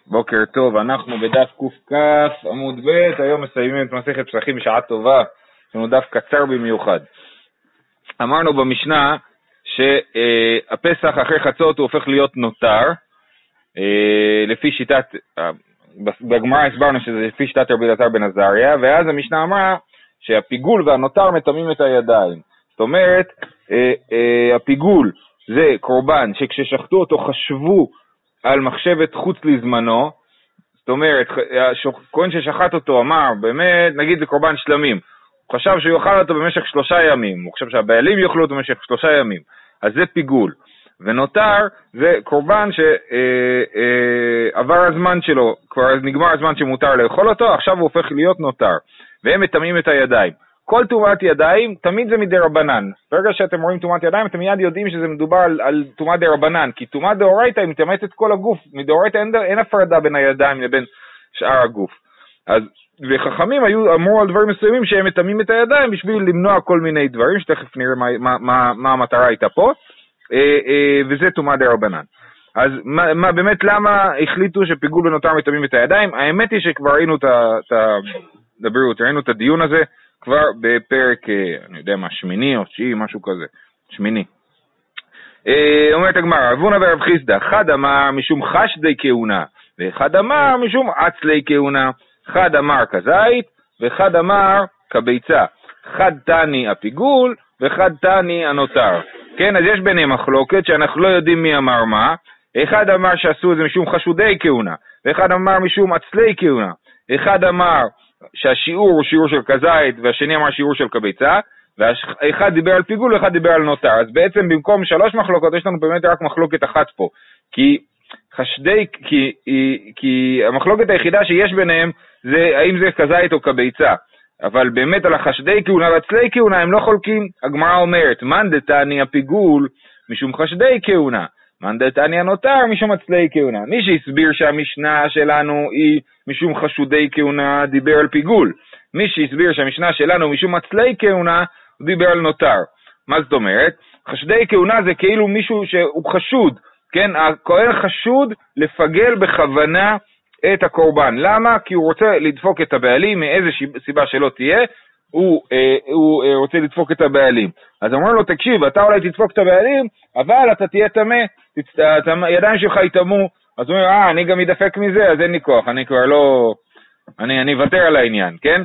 בוקר טוב, אנחנו בדף ק"כ עמוד ב', היום מסיימים את מסכת פסחים בשעה טובה, יש לנו דף קצר במיוחד. אמרנו במשנה שהפסח אחרי חצות הוא הופך להיות נותר, לפי שיטת, בגמרא הסברנו שזה לפי שיטת רבי אלעזר בן עזריה, ואז המשנה אמרה שהפיגול והנותר מטמאים את הידיים. זאת אומרת, הפיגול זה קורבן שכששחטו אותו חשבו על מחשבת חוץ לזמנו, זאת אומרת, כהן ששחט אותו אמר, באמת, נגיד זה קורבן שלמים, הוא חשב שהוא יאכל אותו במשך 3 ימים, הוא חשב שהבעלים יאכלו אותו במשך 3 ימים, אז זה פיגול. ונותר זה קורבן שעבר הזמן שלו, כבר נגמר הזמן שמותר לאכול אותו, עכשיו הוא הופך להיות נותר, והם מטמאים את הידיים. כל טומאת ידיים, תמיד זה מדי רבנן. ברגע שאתם רואים טומאת ידיים, אתם מיד יודעים שזה מדובר על טומאת די רבנן, כי טומאת דאורייתא היא מטמאת את כל הגוף, מדאורייתא אין הפרדה בין הידיים לבין שאר הגוף. אז, וחכמים אמרו על דברים מסוימים שהם מטמאים את הידיים בשביל למנוע כל מיני דברים, שתכף נראה מה המטרה הייתה פה, וזה טומאת די רבנן. אז באמת למה החליטו שפיגול ונותר מטמאים את הידיים? האמת היא שכבר ראינו ראינו את הדיון הזה, כבר בפרק, אני יודע מה, 8 או 9, משהו כזה, 8. אומרת הגמרא, רב הונא ורב חיסדא, אחד אמר משום חשדי כהונה, ואחד אמר משום עצלי כהונה, אחד אמר כזית, ואחד אמר כביצה, אחד תני הפיגול, ואחד תני הנותר. כן, אז יש ביניהם מחלוקת שאנחנו לא יודעים מי אמר מה, אחד אמר שעשו את זה משום חשודי כהונה, ואחד אמר משום עצלי כהונה, אחד אמר שהשיעור הוא שיעור של כזית, והשני אמר שיעור של כביצה, ואחד דיבר על פיגול ואחד דיבר על נותר. אז בעצם במקום 3 מחלוקות, יש לנו באמת רק מחלוקת אחת פה. כי המחלוקת היחידה שיש ביניהם, זה האם זה כזית או כביצה. אבל באמת על החשדי כהונה ועצלי כהונה הם לא חולקים. הגמרא אומרת, מן דתני הפיגול משום חשדי כהונה, מן דתני הנותר משום עצלי כהונה. מי שהסביר שהמשנה שלנו היא משום חשודי כהונה דיבר על פיגול. מי שהסביר שהמשנה שלנו משום עצלי כהונה דיבר על נותר. מה זאת אומרת? חשודי כהונה זה כאילו מישהו שהוא חשוד, כן? הכהן חשוד לפגל בכוונה את הקורבן. למה? כי הוא רוצה לדפוק את הבעלים מאיזה סיבה שלא תהיה, הוא רוצה לדפוק את הבעלים. אז אמרו לו, תקשיב, אתה אולי תדפוק את הבעלים, אבל אתה תהיה טמא, הידיים שלך יטמאו. אז הוא אומר, אני גם ידפק מזה, אז אין לי כוח, אני כבר לא, אני אוותר על העניין, כן?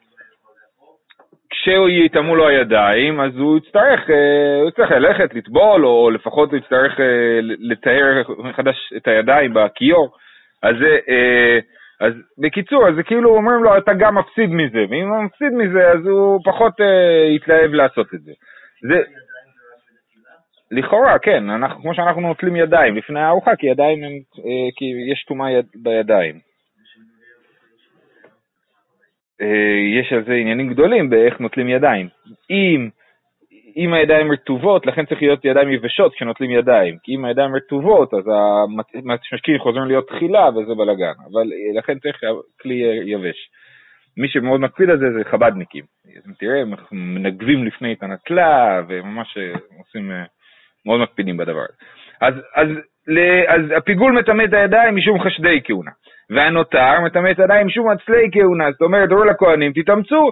כשהוא יטמאו לו הידיים, אז הוא יצטרך ללכת, לטבול, או לפחות הוא יצטרך לתאר מחדש את הידיים בכיור. אז בקיצור, אז זה כאילו אומרים לו, אתה גם מפסיד מזה, ואם הוא מפסיד מזה, אז הוא פחות יתלהב לעשות את זה. לכאורה, כן, כמו שאנחנו נוטלים ידיים לפני הארוחה, כי יש טומאה בידיים. יש על זה עניינים גדולים באיך נוטלים ידיים. אם הידיים רטובות, לכן צריך להיות ידיים יבשות כשנוטלים ידיים, כי אם הידיים רטובות, אז המשקים חוזרים להיות תחילה וזה בלגן, אבל לכן צריך כלי יבש. מי שמאוד מקפיד על זה זה חבדניקים. תראה, הם מנגבים לפני את הנטלה, וממש עושים, מאוד מקפידים בדבר הזה. אז הפיגול מטמא את הידיים משום חשדי כהונה, והנותר מטמא את הידיים משום עצלי כהונה. זאת אומרת, דברו לכהנים, תתאמצו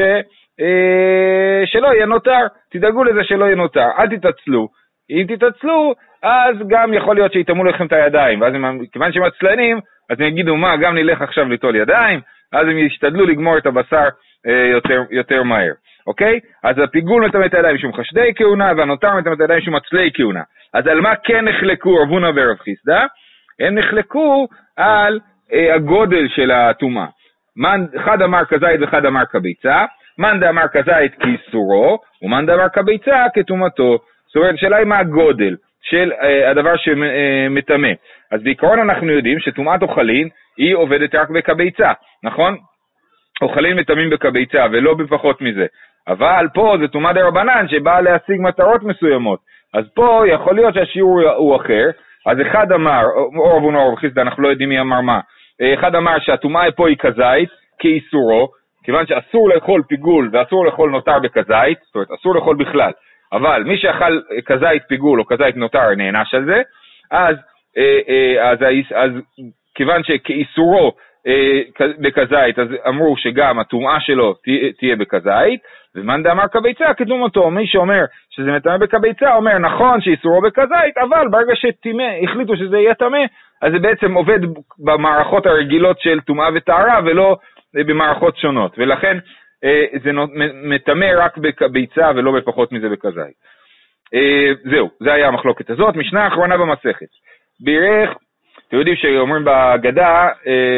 שלא יהיה נותר, תדאגו לזה שלא יהיה נותר, אל תתעצלו. אם תתעצלו, אז גם יכול להיות שיתאמו לכם את הידיים, ואז כיוון שהם עצלנים, אז הם יגידו, מה, גם נלך עכשיו ליטול ידיים, אז הם ישתדלו לגמור את הבשר יותר מהר. אוקיי? אז הפיגול מטמא את הידיים משום חשדי כהונה, והנותר מטמא את הידיים משום עצלי כהונה. אז על מה כן נחלקו רב הונא ורב חיסדא? הם נחלקו על הגודל של הטומאה. אחד אמר כזית ואחד אמר כביצה, מאן דאמר כזית כאיסורו, ומאן דאמר כביצה כטומאתו. זאת אומרת, השאלה היא מה הגודל של הדבר שמטמא. אז בעיקרון אנחנו יודעים שטומאת אוכלים היא עובדת רק בכביצה, נכון? אוכלים מטמאים בכביצה ולא בפחות מזה. אבל פה זה טומאת דרבנן שבאה להשיג מטרות מסוימות. אז פה יכול להיות שהשיעור הוא אחר. אז אחד אמר, או רב הונא או רב חיסדא, אנחנו לא יודעים מי אמר מה. אחד אמר שהטומאה פה היא כזית כאיסורו, כיוון שאסור לאכול פיגול ואסור לאכול נותר בכזית, זאת אומרת אסור לאכול בכלל. אבל מי שאכל כזית פיגול או כזית נותר נענש על זה, אז כיוון שכאיסורו בכזית, אז אמרו שגם הטומאה שלו תהיה בכזית, ומאן דאמר כביצה כטומאתו, מי שאומר שזה מטמא בכביצה, אומר נכון שאיסורו בכזית, אבל ברגע החליטו שזה יהיה טמא, אז זה בעצם עובד במערכות הרגילות של טומאה וטהרה, ולא במערכות שונות, ולכן זה מטמא רק בביצה ולא בפחות מזה בכזית. זהו, זה היה המחלוקת הזאת. משנה האחרונה במסכת. בירך, אתם יודעים שאומרים בהגדה,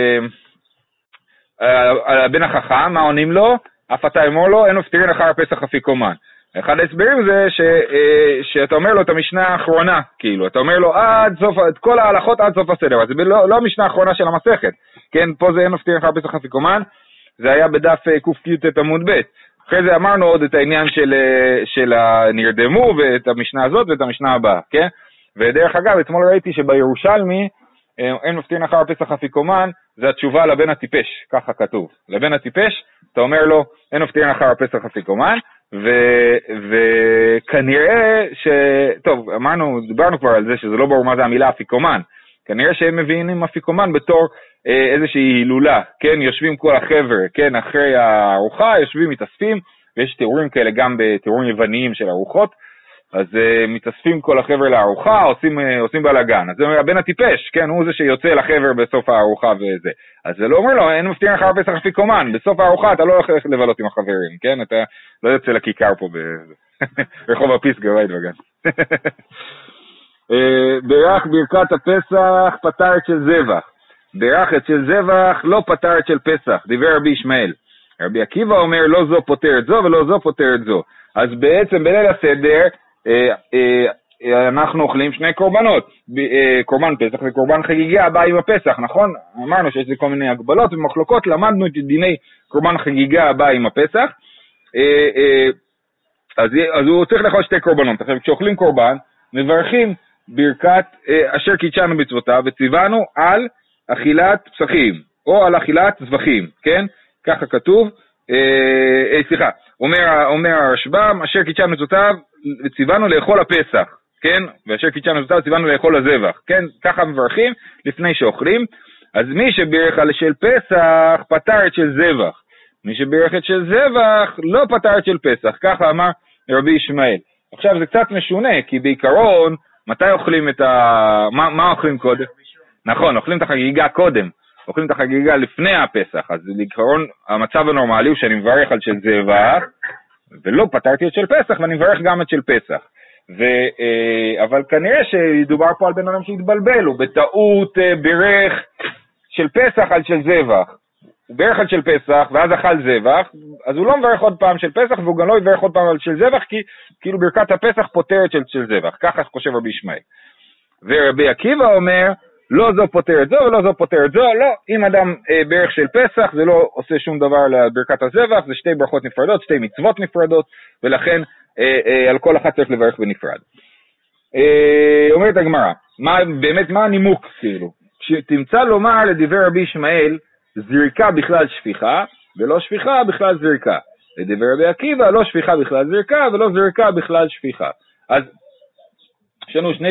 בן החכם, מה עונים לו? אף אתה אמור לו, אין מפטירין אחר פסח אפיקומן. אחד ההסברים זה שאתה אומר לו את המשנה האחרונה, כאילו, אתה אומר לו את כל ההלכות עד סוף הסדר, אז זה לא המשנה האחרונה של המסכת, כן, פה זה אין מפטירין אחר פסח אפיקומן, זה היה בדף ק"ט עמוד ב'. אחרי זה אמרנו עוד את העניין של הנרדמו, ואת המשנה הזאת ואת המשנה הבאה, כן? ודרך אגב, אתמול ראיתי שבירושלמי, אין מפטין אחר פסח אפיקומן, זה התשובה לבן הטיפש, ככה כתוב. לבן הטיפש, אתה אומר לו, אין מפטין אחר פסח אפיקומן, וכנראה טוב, דיברנו כבר על זה שזה לא ברור מה זה המילה אפיקומן, כנראה שהם מבינים אפיקומן בתור איזושהי הילולה, כן, יושבים כל החבר, כן, אחרי הארוחה, יושבים, מתאספים, ויש תיאורים כאלה גם בתיאורים יווניים של ארוחות, אז מתאספים כל החבר לארוחה, עושים בלגן, אז זה אומר, הבן הטיפש, כן, הוא זה שיוצא לחבר בסוף הארוחה וזה, אז זה לא אומר לו, אין מפתיע אחר פסח אפיקומן, בסוף הארוחה אתה לא הולך לבלות עם החברים, כן, אתה לא יוצא לכיכר פה ברחוב הפיסגה, ראית בגן. בירך ברכת הפסח פטרת של זבח, ברכת של זבח לא פטרת של פסח, דיבר רבי ישמעאל. רבי עקיבא אומר לא זו פוטרת זו ולא זו פוטרת זו. אז בעצם בליל הסדר אנחנו אוכלים שני קורבנות, קורבן פסח וקורבן חגיגה הבא עם הפסח, נכון? אמרנו שיש לי כל מיני הגבלות ומחלוקות, למדנו את דיני קורבן חגיגה הבא עם הפסח, אז הוא צריך לאכול שתי קורבנות. עכשיו כשאוכלים קורבן מברכים ברכת אשר קידשנו בצוותיו וציוונו על אכילת פסחים או על אכילת זבחים, כן? ככה כתוב, סליחה, אומר הרשב"ם, אשר קידשנו בצוותיו וציוונו לאכול הפסח, כן? ואשר קידשנו בצוותיו ציוונו לאכול הזבח, כן? ככה מברכים לפני שאוכלים. אז מי שברך על של פסח פטר את של זבח, מי שברך את של זבח לא פטר את של פסח, ככה אמר רבי ישמעאל. עכשיו זה קצת משונה, כי בעיקרון מתי אוכלים מה אוכלים קודם? נכון, אוכלים את החגיגה קודם, אוכלים את החגיגה לפני הפסח, אז בעיקרון המצב הנורמלי הוא שאני מברך על של זבח, ולא פטרתי את של פסח, ואני מברך גם את של פסח. אבל כנראה שידובר פה על בן אדם שהתבלבל, הוא בטעות ברך של פסח על של זבח. הוא ברך על של פסח, ואז אכל זבח, אז הוא לא מברך עוד פעם של פסח, והוא גם לא יברך עוד פעם על של זבח, כי כאילו ברכת הפסח פותרת של זבח. ככה חושב רבי ישמעאל. ורבי עקיבא אומר, לא זו פותרת זו ולא זו פותרת זו, לא, אם אדם ברך של פסח, זה לא עושה שום דבר לברכת הזבח, זה שתי ברכות נפרדות, שתי מצוות נפרדות, ולכן על כל אחת צריך לברך בנפרד. אומרת הגמרא, באמת מה הנימוק כאילו? שתמצא לומר לדבר רבי ישמעאל, זריקה בכלל שפיכה, ולא שפיכה בכלל זריקה. לדבר רבי עקיבא, לא שפיכה בכלל זריקה, ולא זריקה בכלל שפיכה. אז יש לנו שני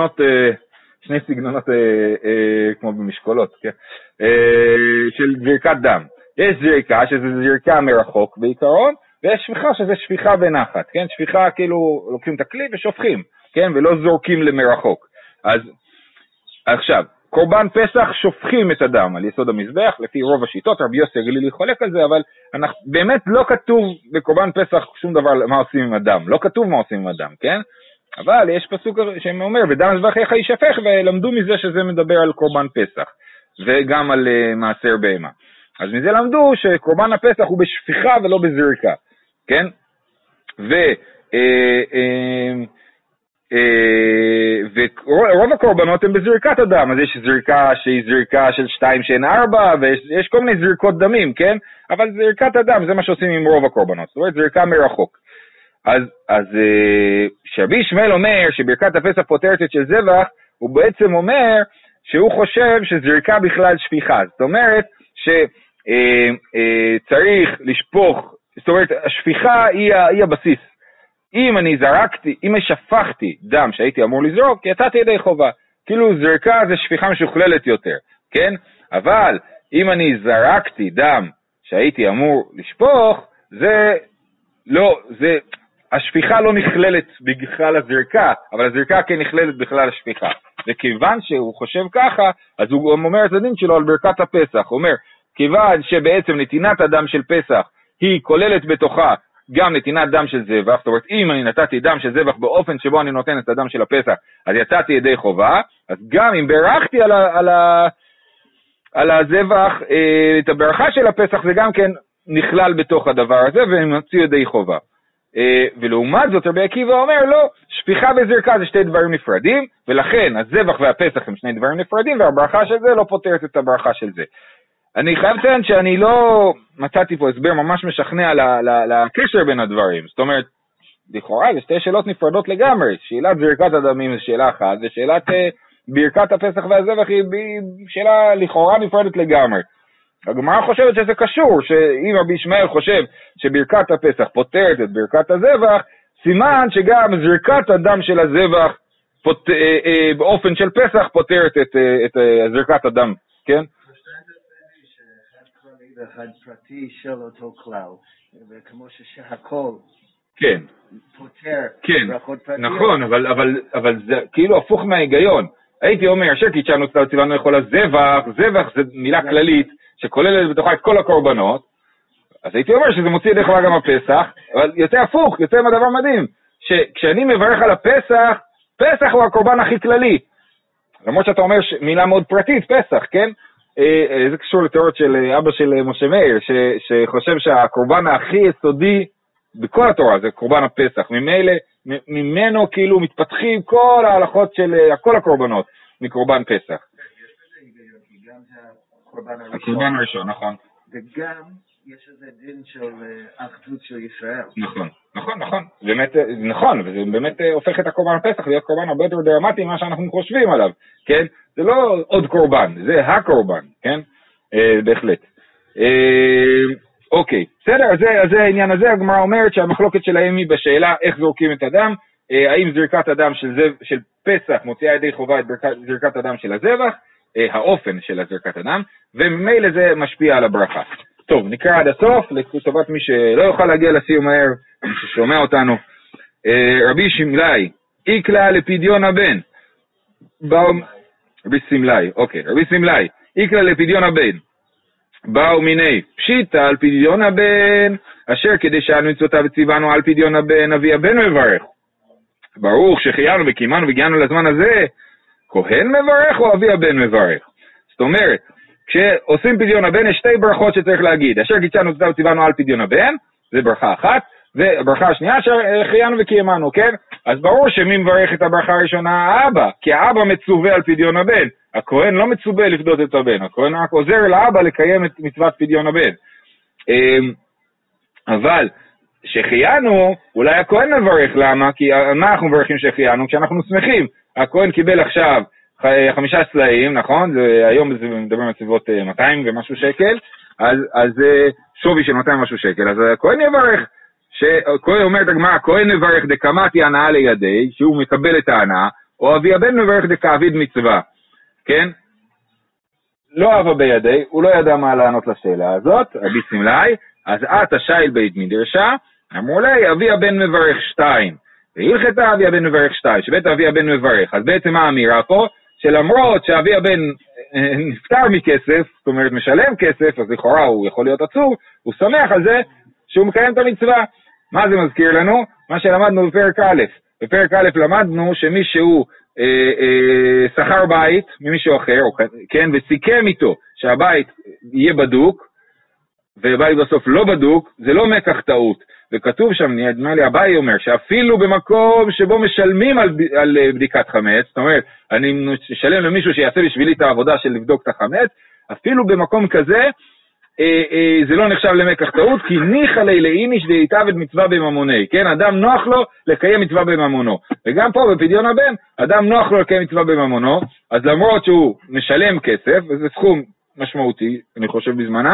סגנונות כמו במשקולות, כן? של זריקת דם. יש זריקה, שזה זריקה מרחוק בעיקרון, ויש שפיכה, שזה שפיכה בנחת, כן? שפיכה כאילו לוקחים את הכלי ושופכים, כן? ולא זורקים למרחוק. אז עכשיו, קורבן פסח שופכים את הדם על יסוד המזבח, לפי רוב השיטות, רבי יוסי הגלילי חולק על זה, אבל באמת לא כתוב בקורבן פסח שום דבר מה עושים עם הדם, לא כתוב מה עושים עם הדם, כן? אבל יש פסוק שאומר, ודם מזבחיך יישפך, ולמדו מזה שזה מדבר על קורבן פסח, וגם על מעשר בהמה. אז מזה למדו שקורבן הפסח הוא בשפיכה ולא בזריקה, כן? ורוב הקורבנות הם בזריקת הדם, אז יש זריקה שהיא זריקה של 2 שאין 4, ויש כל מיני זריקות דמים, כן? אבל זריקת הדם זה מה שעושים עם רוב הקורבנות, זאת אומרת זריקה מרחוק. אז שרבי ישמעאל אומר שברכת הפסח פותרת את של זבח, הוא בעצם אומר שהוא חושב שזריקה בכלל שפיכה, זאת אומרת שצריך לשפוך, זאת אומרת השפיכה היא הבסיס. אם אני שפכתי דם שהייתי אמור לזרוק, יצאתי ידי חובה. כאילו זרקה זה שפיכה משוכללת יותר, כן? אבל אם אני זרקתי דם שהייתי אמור לשפוך, השפיכה לא נכללת בכלל הזרקה, אבל הזרקה כן נכללת בכלל השפיכה. וכיוון שהוא חושב ככה, אז הוא אומר את הדין שלו על ברכת הפסח. הוא אומר, כיוון שבעצם נתינת הדם של פסח היא כוללת בתוכה גם נתינת דם של זבח, זאת אומרת, אם אני נתתי דם של זבח באופן שבו אני נותן את הדם של הפסח, אז יצאתי ידי חובה, אז גם אם ברכתי על הזבח, את הברכה של הפסח זה גם כן נכלל בתוך הדבר הזה, ואני מוציא ידי חובה. ולעומת זאת רבי עקיבא אומר לא, שפיכה וזרקה זה שתי דברים נפרדים, ולכן הזבח והפסח הם שני דברים נפרדים, והברכה של זה לא פותרת את הברכה של זה. אני חייב לציין שאני לא מצאתי פה הסבר ממש משכנע לקשר בין הדברים, זאת אומרת, לכאורה זה שתי שאלות נפרדות לגמרי, שאלת זרקת הדמים זה שאלה אחת, ושאלת ברכת הפסח והזבח היא שאלה לכאורה נפרדת לגמרי. הגמרא חושבת שזה קשור, שאם רבי ישמעאל חושב שברכת הפסח פותרת את ברכת הזבח, סימן שגם זרקת הדם של הזבח באופן של פסח פותרת את זרקת הדם, כן? אחד פרטי של אותו כלל, וכמו שהכל כן, פותר ברכות פרטיות. נכון, אבל זה כאילו הפוך מההיגיון. הייתי אומר, שקידשנו ציוונו לאכול הזבח, זבח זה מילה כללית שכוללת בתוכה את כל הקורבנות, אז הייתי אומר שזה מוציא ידי חובה גם הפסח, אבל יוצא הפוך, יוצא עם הדבר מדהים, שכשאני מברך על הפסח, פסח הוא הקורבן הכי כללי, למרות שאתה אומר מילה מאוד פרטית, פסח, כן? זה קשור לתיאוריות של אבא של משה מאיר, שחושב שהקורבן הכי יסודי בכל התורה זה קורבן הפסח, ממנו כאילו מתפתחים כל ההלכות של כל הקורבנות מקורבן פסח. גם זה הקורבן הראשון, נכון. וגם יש איזה דין של אחדות של ישראל. נכון, באמת, נכון, וזה באמת הופך את הקורבן הפסח להיות קורבן הרבה יותר דרמטי ממה שאנחנו חושבים עליו, כן? זה לא עוד קורבן, זה הקורבן, כן? בהחלט. אוקיי, בסדר, אז זה העניין הזה, הגמרא אומרת שהמחלוקת שלהם היא בשאלה איך זורקים את הדם, האם זרקת הדם של פסח מוציאה ידי חובה את זרקת הדם של הזבח, האופן של זרקת הדם, וממילא זה משפיע על הברכה. טוב, נקרא עד הסוף, לטובת מי שלא יוכל להגיע לסיום מהר, מי ששומע אותנו. רבי שמלאי, איקלה לפדיון הבן, רבי סמלאי, איקלה לפדיון הבן, באו מיני פשיטה על פדיון הבן, אשר כדי שאנו מצוותיו וציוונו על פדיון הבן, אבי הבן מברך. ברוך שחיינו וקיימנו והגיענו לזמן הזה, כהן מברך או אבי הבן מברך? זאת אומרת, כשעושים פדיון הבן יש שתי ברכות שצריך להגיד, אשר קידשנו מצוותיו וציוונו על פדיון הבן, זה ברכה אחת, וברכה השנייה שחיינו וקיימנו, כן? אז ברור שמי מברך את הברכה הראשונה? האבא, כי האבא מצווה על פדיון הבן, הכהן לא מצווה לפדות את הבן, הכהן רק עוזר לאבא לקיים את מצוות פדיון הבן. אבל שחיינו, אולי הכהן מברך, למה? כי מה אנחנו מברכים שחיינו? כשאנחנו שמחים, הכהן קיבל עכשיו 5 סלעים, נכון? היום זה מדבר על סביבות 200 ומשהו שקל, אז זה שווי של 200 משהו שקל, אז הכהן יברך. שכהן אומרת הגמרא, הכהן מברך דקמתי הנאה לידי, שהוא מקבל את ההנאה, או אבי הבן מברך דקעביד מצווה, כן? לא אהבה בידי, הוא לא ידע מה לענות לשאלה הזאת, רבי סמלאי, אז את השייל בית מדרשה, אמרו לי, אבי הבן מברך 2, והלכתה אבי הבן מברך 2, שבית אבי הבן מברך, אז בעצם מה האמירה פה? שלמרות שאבי הבן נפטר מכסף, זאת אומרת משלם כסף, אז לכאורה הוא יכול להיות עצור, הוא שמח על זה שהוא מקיים את המצווה. מה זה מזכיר לנו? מה שלמדנו בפרק א'. בפרק א' למדנו שמישהו שכר בית ממישהו אחר, כן, וסיכם איתו שהבית יהיה בדוק, ובית בסוף לא בדוק, זה לא מקח טעות. וכתוב שם, נדמה לי, אביי אומר, שאפילו במקום שבו משלמים על בדיקת חמץ, זאת אומרת, אני משלם למישהו שיעשה בשבילי את העבודה של לבדוק את החמץ, אפילו במקום כזה, זה לא נחשב למקח טעות, כי ניחא ליה לאיניש דייתעבד מצווה בממוני, כן? אדם נוח לו לקיים מצווה בממונו. וגם פה בפדיון הבן, אדם נוח לו לקיים מצווה בממונו, אז למרות שהוא משלם כסף, וזה סכום משמעותי, אני חושב בזמנם,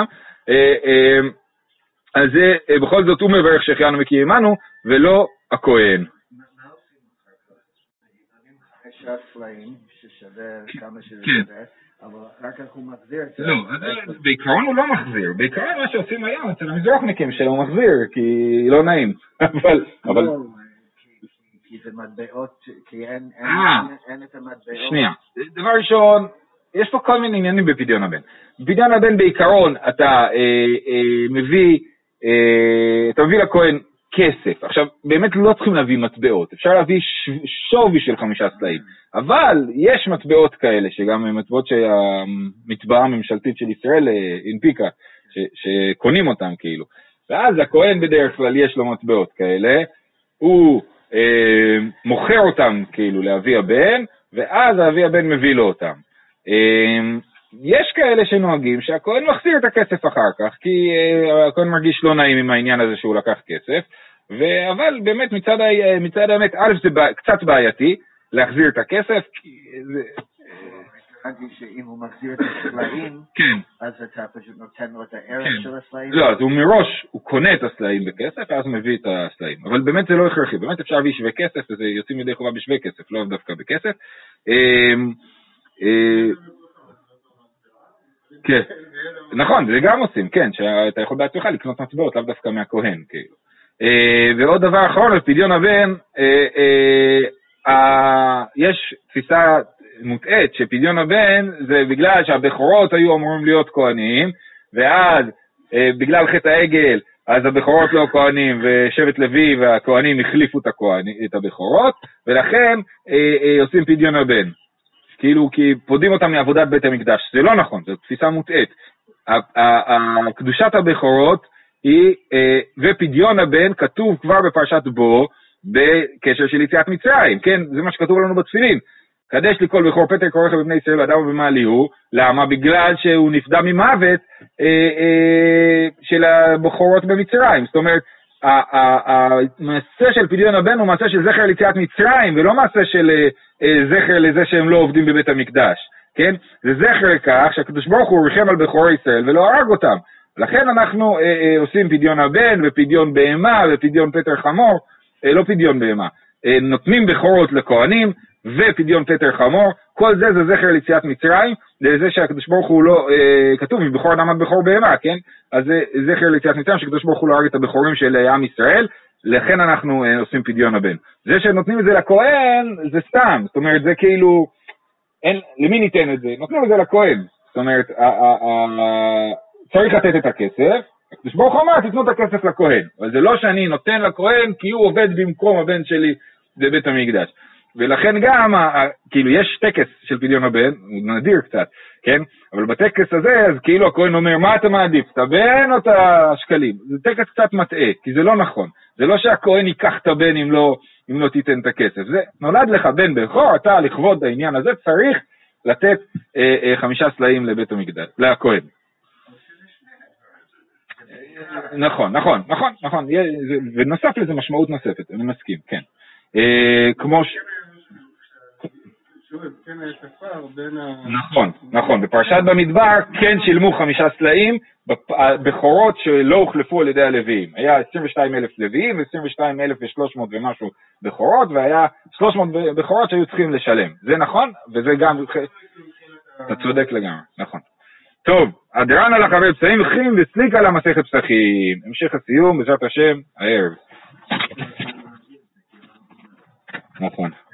אז בכל זאת הוא מברך שהחיינו וקיימנו, ולא הכהן. סלעים, ששווה כמה שזה שווה, אבל אחר כך הוא מחזיר את זה. לא, בעיקרון הוא לא מחזיר. בעיקרון מה שעושים היום אצל המזרחניקים שהוא מחזיר, כי לא נעים. אבל... כי זה מטבעות, כי אין את המטבעות. שנייה, דבר ראשון, יש פה כל מיני עניינים בפדיון הבן. בפדיון הבן בעיקרון אתה מביא לכהן כסף. עכשיו, באמת לא צריכים להביא מטבעות, אפשר להביא שווי של 5 סלעים, אבל יש מטבעות כאלה, שגם מטבעות שהמטבעה הממשלתית של ישראל הנפיקה, שקונים אותם כאילו. ואז הכהן בדרך כלל יש לו מטבעות כאלה, הוא מוכר אותם כאילו לאבי הבן, ואז האבי הבן מביא לו אותם. יש כאלה שנוהגים שהכהן מחזיר את הכסף אחר כך, כי הכהן מרגיש לא נעים עם העניין הזה שהוא לקח כסף, אבל באמת מצד האמת, א' זה קצת בעייתי להחזיר את הכסף, כי זה... שאם הוא מחזיר את הסלעים, אז אתה פשוט נותן לו את הערך של הסלעים? לא, אז הוא מראש, הוא קונה את הסלעים בכסף, ואז מביא את הסלעים. אבל באמת זה לא הכרחי, באמת אפשר להביא שווה כסף, וזה יוצאים ידי חובה בשווה כסף, לא דווקא בכסף. כן, נכון, זה גם עושים, כן, שאתה יכול בעצמך לקנות מטבעות, לאו דווקא מהכהן, כאילו. ועוד דבר אחרון, בפדיון הבן, יש תפיסה מוטעת שפדיון הבן זה בגלל שהבכורות היו אמורים להיות כהנים, ואז בגלל חטא העגל, אז הבכורות לא כהנים, ושבט לוי והכהנים החליפו את הבכורות, ולכן עושים פדיון הבן. כאילו, כי פודים אותם מעבודת בית המקדש. זה לא נכון, זו תפיסה מוטעת. קדושת הבכורות היא, ופדיון הבן כתוב כבר בפרשת בו, בקשר של יציאת מצרים, כן? זה מה שכתוב לנו בתפילין. קדש לי כל בכור פטר כורך בבני ישראל אדם ובמעלי הוא. למה? בגלל שהוא נפדה ממוות של הבכורות במצרים. זאת אומרת, המעשה של פדיון הבן הוא מעשה של זכר ליציאת מצרים, ולא מעשה של זכר לזה שהם לא עובדים בבית המקדש, כן? זה זכר לכך שהקדוש ברוך הוא ריחם על בכורי ישראל ולא הרג אותם. לכן אנחנו עושים פדיון הבן ופדיון בהמה ופדיון פטר חמור, לא פדיון בהמה, נותנים בכורות לכהנים ופדיון פטר חמור, כל זה זה זכר ליציאת מצרים, לזה שהקדוש ברוך הוא לא, כתוב מבכור אדם עד בכור בהמה, כן? אז זה זכר ליציאת מצרים שהקדוש ברוך הוא לא הרג את הבכורים של עם ישראל, לכן אנחנו עושים פדיון הבן. זה שנותנים את זה לכהן זה סתם, זאת אומרת זה כאילו, למי ניתן את זה? נותנים את זה לכהן, זאת אומרת צריך לתת את הכסף, הקדוש ברוך הוא אומר תתנו את הכסף לכהן, אבל זה לא שאני נותן לכהן כי הוא עובד במקום הבן שלי בבית המקדש. ולכן גם, כאילו יש טקס של פדיון הבן, הוא נדיר קצת, כן? אבל בטקס הזה, אז כאילו הכהן אומר, מה אתה מעדיף? את הבן או את השקלים? זה טקס קצת מטעה, כי זה לא נכון. זה לא שהכהן ייקח את הבן אם לא תיתן את הכסף. זה נולד לך בן בכור, אתה לכבוד העניין הזה צריך לתת 5 סלעים לבית המקדש, לכהן. נכון. ונוסף לזה משמעות נוספת, אני מסכים, כן. כמו נכון, בפרשת במדבר כן שילמו 5 סלעים בכורות שלא הוחלפו על ידי הלוויים. היה 22,000 לוויים ו22,300 ומשהו בכורות, והיה 300 בכורות שהיו צריכים לשלם. זה נכון, וזה גם, אתה צודק לגמרי, נכון. טוב, הדרן על החבר פסעים וחים וסליק על המסכת פסחים. המשך הסיום, בעזרת השם, הערב. נכון.